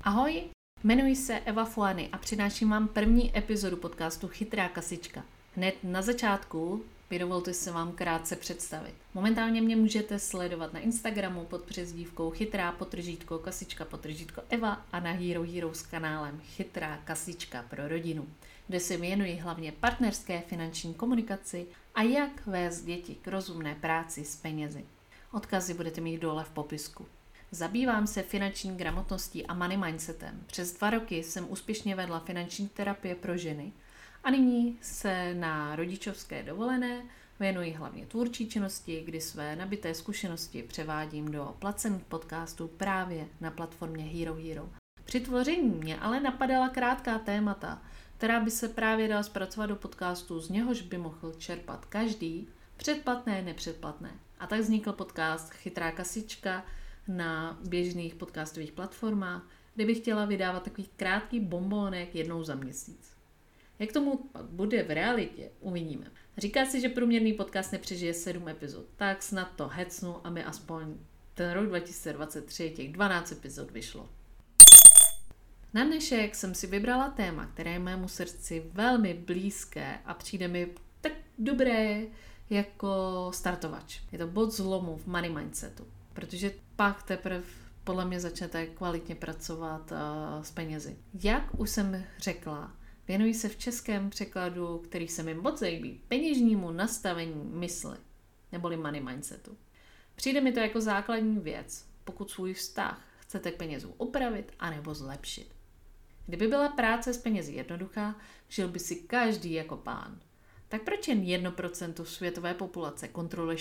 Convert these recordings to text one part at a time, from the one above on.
Ahoj, jmenuji se Eva Fuany a přináším vám první epizodu podcastu Chytrá kasička. Hned na začátku mi dovolte se vám krátce představit. Momentálně mě můžete sledovat na Instagramu pod přezdívkou chytrá_kasička_Eva a na Hero Hero s kanálem Chytrá kasička pro rodinu, kde se věnuji hlavně partnerské finanční komunikaci a jak vést děti k rozumné práci s penězi. Odkazy budete mít dole v popisku. Zabývám se finanční gramotností a money mindsetem. Přes 2 roky jsem úspěšně vedla finanční terapie pro ženy a nyní se na rodičovské dovolené věnuji hlavně tvůrčí činnosti, kdy své nabité zkušenosti převádím do placených podcastů právě na platformě Hero Hero. Při tvoření mě ale napadala krátká témata, která by se právě dala zpracovat do podcastu, z něhož by mohl čerpat každý, předplatné, nepředplatné. A tak vznikl podcast Chytrá kasička na běžných podcastových platformách, kde bych chtěla vydávat takový krátký bonbónek jednou za měsíc. Jak tomu pak bude v realitě, uvidíme. Říká se, že průměrný podcast nepřežije 7 epizod, tak snad to hecnu, aby aspoň ten rok 2023 těch 12 epizod vyšlo. Na dnešek jsem si vybrala téma, které je mému srdci velmi blízké a přijde mi tak dobré jako startovač. Je to bod zlomu v money mindsetu, protože pak teprve podle mě začnete kvalitně pracovat s penězi. Jak už jsem řekla, věnuji se v českém překladu, který se mi moc líbí, peněžnímu nastavení mysli, neboli money mindsetu. Přijde mi to jako základní věc, pokud svůj vztah chcete k penězům upravit anebo zlepšit. Kdyby byla práce s penězi jednoduchá, žil by si každý jako pán. Tak proč jen 1% světové populace kontroluje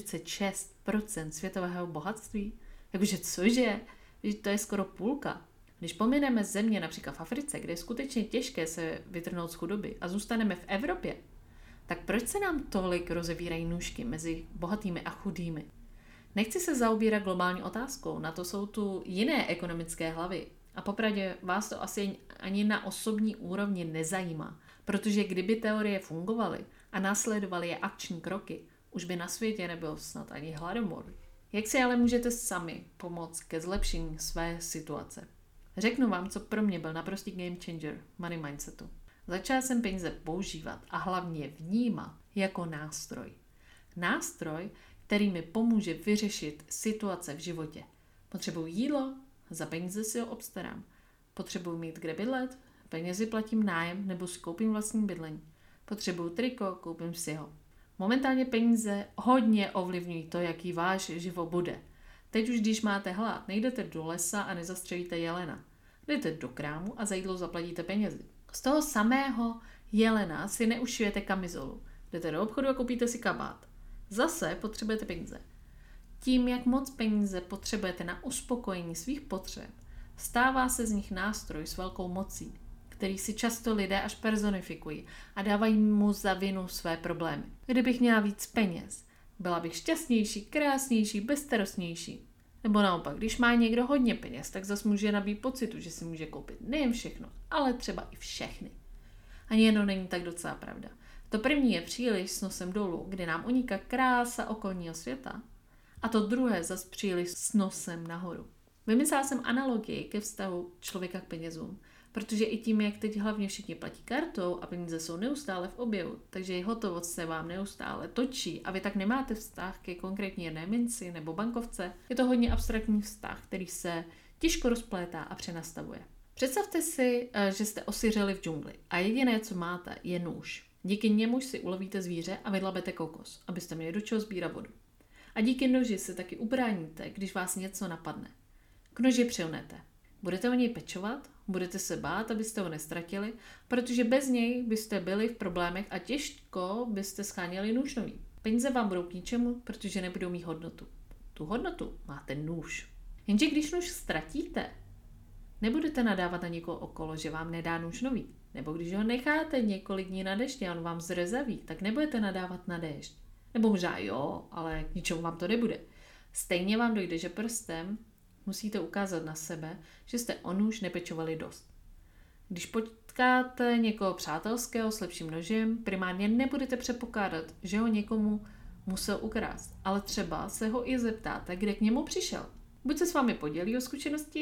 46% světového bohatství? Jakože cože? To je skoro půlka. Když pomineme země například v Africe, kde je skutečně těžké se vytrhnout z chudoby a zůstaneme v Evropě, tak proč se nám tolik rozevírají nůžky mezi bohatými a chudými? Nechci se zaobírat globální otázkou, na to jsou tu jiné ekonomické hlavy. A popravdě vás to asi ani na osobní úrovni nezajímá, protože kdyby teorie fungovaly a následovaly je akční kroky, už by na světě nebyl snad ani hladomor. Jak si ale můžete sami pomoct ke zlepšení své situace? Řeknu vám, co pro mě byl naprostý game changer money mindsetu. Začala jsem peníze používat a hlavně vnímat jako nástroj. Nástroj, který mi pomůže vyřešit situace v životě. Potřebuji jídlo, za peníze si ho obstarám. Potřebuji mít kde bydlet, penězi platím nájem nebo si koupím vlastní bydlení. Potřebuji triko, koupím si ho. Momentálně peníze hodně ovlivňují to, jaký váš život bude. Teď už když máte hlad, nejdete do lesa a nezastřelíte jelena. Jdete do krámu a za jídlo zaplatíte penězi. Z toho samého jelena si neušijete kamizolu. Jdete do obchodu a koupíte si kabát. Zase potřebujete peníze. Tím, jak moc peníze potřebujete na uspokojení svých potřeb, stává se z nich nástroj s velkou mocí, který si často lidé až personifikují a dávají mu za vinu své problémy. Kdybych měla víc peněz, byla bych šťastnější, krásnější, bezstarostnější. Nebo naopak, když má někdo hodně peněz, tak zas může nabít pocitu, že si může koupit nejen všechno, ale třeba i všechny. Ani jedno není tak docela pravda. To první je příliš s nosem dolů, kdy nám uniká krása okolního světa, a to druhé zas příliš s nosem nahoru. Vymyslela jsem analogii ke vztahu člověka k penězům, protože i tím, jak teď hlavně všichni platí kartou a peníze jsou neustále v oběhu, takže hotovost se vám neustále točí a vy tak nemáte vztah ke konkrétní jedné minci nebo bankovce, je to hodně abstraktní vztah, který se těžko rozplétá a přenastavuje. Představte si, že jste osiřeli v džungli a jediné, co máte, je nůž. Díky němuž si ulovíte zvíře a vydlabete kokos, abyste měli do čeho sbírat vodu. A díky noži se taky ubráníte, když vás něco napadne. K noži přilnete. Budete o něj pečovat, budete se bát, abyste ho nestratili, protože bez něj byste byli v problémech a těžko byste scháněli nůž nový. Peníze vám budou k ničemu, protože nebudou mít hodnotu. Tu hodnotu má ten nůž. Jenže když nůž ztratíte, nebudete nadávat na někoho okolo, že vám nedá nůž nový. Nebo když ho necháte několik dní na dešti a on vám zrezaví, tak nebudete nadávat na déšť. Nebo možná jo, ale k ničemu vám to nebude. Stejně vám dojde, že prstem musíte ukázat na sebe, že jste o nůž nepečovali dost. Když potkáte někoho přátelského s lepším nožem, primárně nebudete předpokládat, že ho někomu musel ukrást, ale třeba se ho i zeptáte, kde k němu přišel. Buď se s vámi podělí o zkušenosti,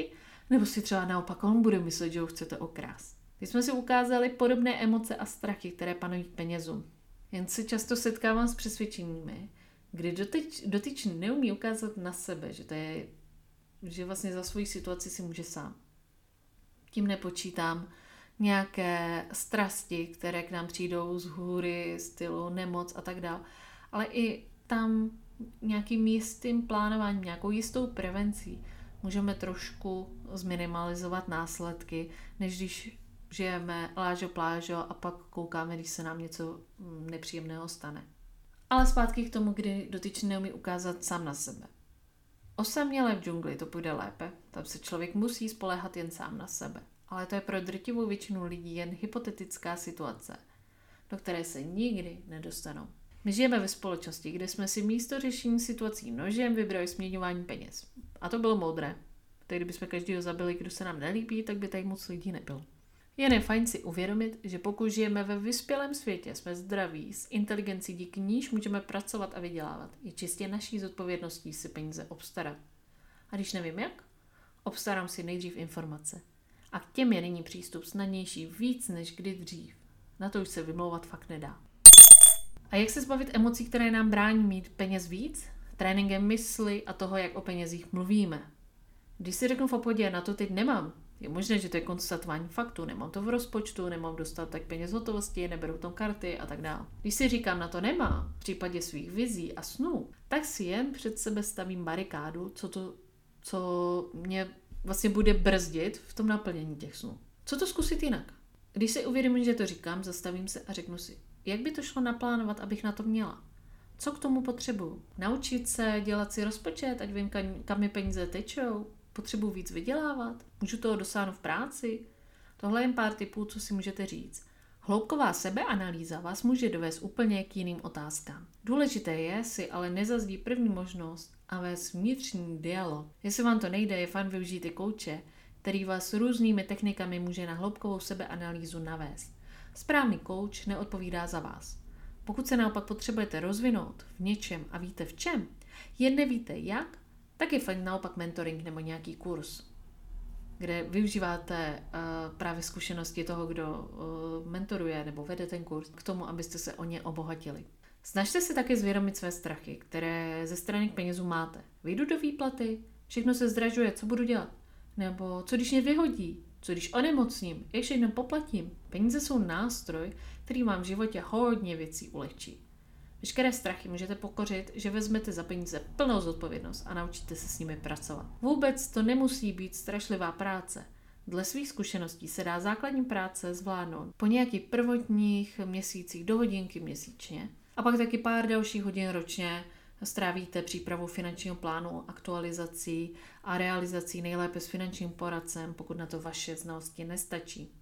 Nebo si třeba naopak on bude myslet, že ho chcete okrást. Teď jsme si ukázali podobné emoce a strachy, které panují k penězům. Jen se často setkávám s přesvědčeními, kdy dotyčný neumí ukázat na sebe, že vlastně za svoji situaci si může sám. Tím nepočítám nějaké strasti, které k nám přijdou z hůry, stylu nemoc a tak dále, ale i tam nějakým jistým plánováním, nějakou jistou prevencí můžeme trošku zminimalizovat následky, než když žijeme lážo plážo a pak koukáme, když se nám něco nepříjemného stane. Ale zpátky k tomu, kdy dotyčný neumí ukázat sám na sebe. Osaměle v džungli to půjde lépe, tam se člověk musí spoléhat jen sám na sebe. Ale to je pro drtivou většinu lidí jen hypotetická situace, do které se nikdy nedostanou. My žijeme ve společnosti, kde jsme si místo řešení situací nožem vybrali směňování peněz. A to bylo moudré. Tak kdybychom každého zabili, kdo se nám nelíbí, tak by tady moc lidí nebylo. Jen je fajn si uvědomit, že pokud žijeme ve vyspělém světě, jsme zdraví, s inteligencí, díky níž můžeme pracovat a vydělávat. Je čistě naší zodpovědností si peníze obstarat. A když nevím jak, obstarám si nejdřív informace. A k těm je nyní přístup snadnější víc než kdy dřív. Na to už se vymlouvat fakt nedá. A jak se zbavit emocí, které nám brání mít peněz víc? Tréninkem mysli a toho, jak o penězích mluvíme. Když si řeknu v obchodě, na to teď nemám, je možné, že to je konstatování faktu, nemám to v rozpočtu, nemám dostatek peněz hotovosti, neberu tam karty a tak dále. Když si říkám, na to nemám, v případě svých vizí a snů, tak si jen před sebe stavím barikádu, co mě vlastně bude brzdit v tom naplnění těch snů. Co to zkusit jinak? Když si uvědomím, že to říkám, zastavím se a řeknu si, jak by to šlo naplánovat, abych na to měla? Co k tomu potřebuju? Naučit se dělat si rozpočet, ať vím, kam mi peníze tečou? Potřebuji víc vydělávat? Můžu toho dosáhnout v práci? Tohle je jen pár tipů, co si můžete říct. Hloubková sebeanalýza vás může dovést úplně k jiným otázkám. Důležité je si ale nezazdít první možnost a vést vnitřní dialog. Jestli vám to nejde, je fajn využít i kouče, který vás různými technikami může na hloubkovou sebeanalýzu navést. Správný kouč neodpovídá za vás. Pokud se naopak potřebujete rozvinout v něčem a víte v čem, jen nevíte jak, tak je fajn naopak mentoring nebo nějaký kurz, kde využíváte právě zkušenosti toho, kdo mentoruje nebo vede ten kurz k tomu, abyste se o ně obohatili. Snažte se také zvědomit své strachy, které ze strany k penězům máte. Vyjdu do výplaty, všechno se zdražuje, co budu dělat? Nebo co když mě vyhodí? Co když onemocním? Jak všechno poplatím? Peníze jsou nástroj, který vám v životě hodně věcí ulehčí. Veškeré strachy můžete pokořit, že vezmete za peníze plnou zodpovědnost a naučíte se s nimi pracovat. Vůbec to nemusí být strašlivá práce. Dle svých zkušeností se dá základní práce zvládnout po nějakých prvotních měsících do hodinky měsíčně a pak taky pár dalších hodin ročně strávíte přípravu finančního plánu, aktualizací a realizací nejlépe s finančním poradcem, pokud na to vaše znalosti nestačí.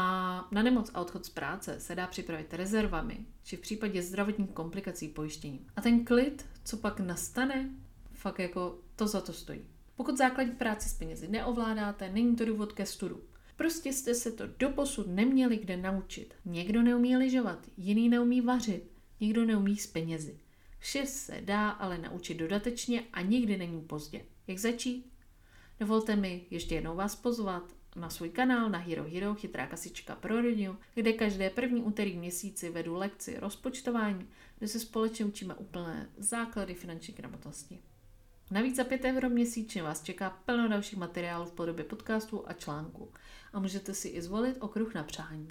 A na nemoc a odchod z práce se dá připravit rezervami, či v případě zdravotních komplikací pojištěním. A ten klid, co pak nastane, fakt jako to za to stojí. Pokud základní práci s penězi neovládáte, není to důvod ke studu. Prostě jste se to doposud neměli kde naučit. Někdo neumí lyžovat, jiný neumí vařit, někdo neumí s penězi. Vše se dá ale naučit dodatečně a nikdy není pozdě. Jak začít? Dovolte mi ještě jednou vás pozvat na svůj kanál na Hero Hero, chytrá kasička pro rodinu, kde každé první úterý měsíci vedu lekci rozpočtování, kde se společně učíme úplné základy finanční gramotnosti. Navíc za 5 € měsíčně vás čeká plno dalších materiálů v podobě podcastů a článků a můžete si i zvolit okruh na přání.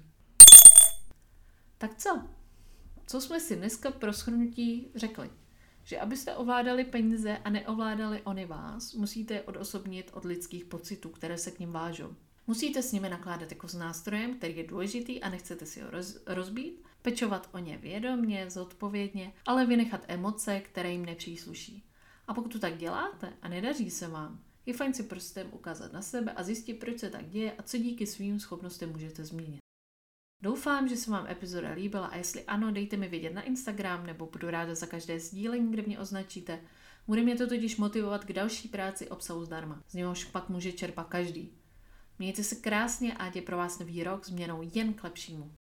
Tak co? Co jsme si dneska pro shrnutí řekli? Že abyste ovládali peníze a neovládali oni vás, musíte je odosobnit od lidských pocitů, které se k nim vážou. Musíte s nimi nakládat jako s nástrojem, který je důležitý a nechcete si ho rozbít, pečovat o ně vědomě, zodpovědně, ale vynechat emoce, které jim nepřísluší. A pokud to tak děláte a nedaří se vám, je fajn si prstem ukázat na sebe a zjistit, proč se tak děje a co díky svým schopnostem můžete změnit. Doufám, že se vám epizoda líbila a jestli ano, dejte mi vědět na Instagram nebo budu ráda za každé sdílení, kde mě označíte. Bude mě to totiž motivovat k další práci obsahu zdarma, z něhož pak může čerpat každý. Mějte se krásně a ať je pro vás nový rok změnou jen k lepšímu.